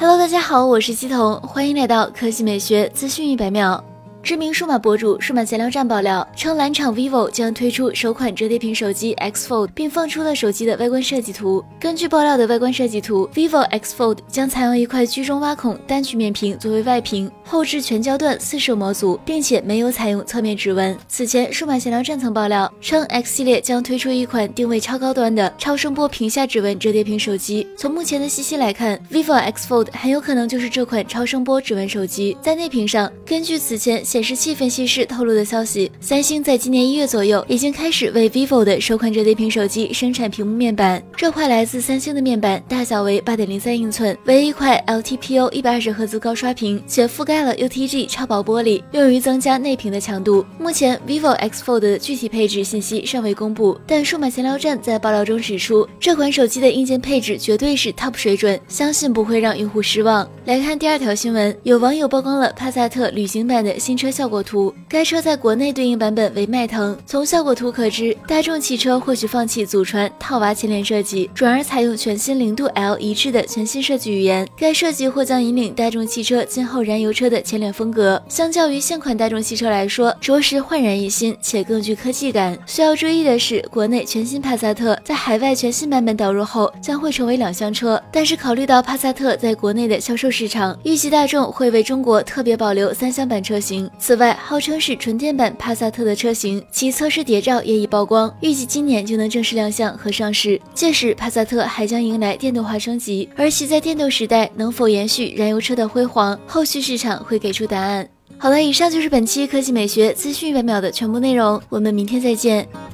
Hello， 大家好，我是西彤，欢迎来到科技美学资讯100秒。知名数码博主数码闲聊站爆料称，蓝厂 vivo 将推出首款折叠屏手机 X Fold， 并放出了手机的外观设计图。根据爆料的外观设计图 ，vivo X Fold 将采用一块居中挖孔单曲面屏作为外屏，后置全焦段4摄模组，并且没有采用侧面指纹。此前，数码闲聊站曾爆料称 X 系列将推出一款定位超高端的超声波屏下指纹折叠屏手机。从目前的信息来看 ，vivo X Fold 很有可能就是这款超声波指纹手机。在内屏上，根据此前显示器分析师透露的消息，三星在今年1月左右已经开始为 vivo 的首款折叠屏手机生产屏幕面板。这块来自三星的面板大小为 8.03 英寸，为一块 LTPO 120赫兹高刷屏，且覆盖了 UTG 超薄玻璃，用于增加内屏的强度。目前 vivo X Fold 的具体配置信息尚未公布，但数码闲聊站在爆料中指出，这款手机的硬件配置绝对是 top 水准，相信不会让用户失望。来看第二条新闻，有网友曝光了帕萨特旅行版的新车效果图，该车在国内对应版本为迈腾。从效果图可知，大众汽车或许放弃祖传套娃前脸设计，转而采用全新0度 L 一致的全新设计语言。该设计或将引领大众汽车今后燃油车的前脸风格，相较于现款大众汽车来说，着实焕然一新，且更具科技感。需要注意的是，国内全新帕萨特在海外全新版本导入后将会成为2厢车，但是考虑到帕萨特在国内的销售市场，预计大众会为中国特别保留3厢版车型。此外，号称是纯电版帕萨特的车型，其测试谍照也已曝光，预计今年就能正式亮相和上市。届时，帕萨特还将迎来电动化升级，而其在电动时代能否延续燃油车的辉煌，后续市场会给出答案。好了，以上就是本期科技美学资讯100秒的全部内容，我们明天再见。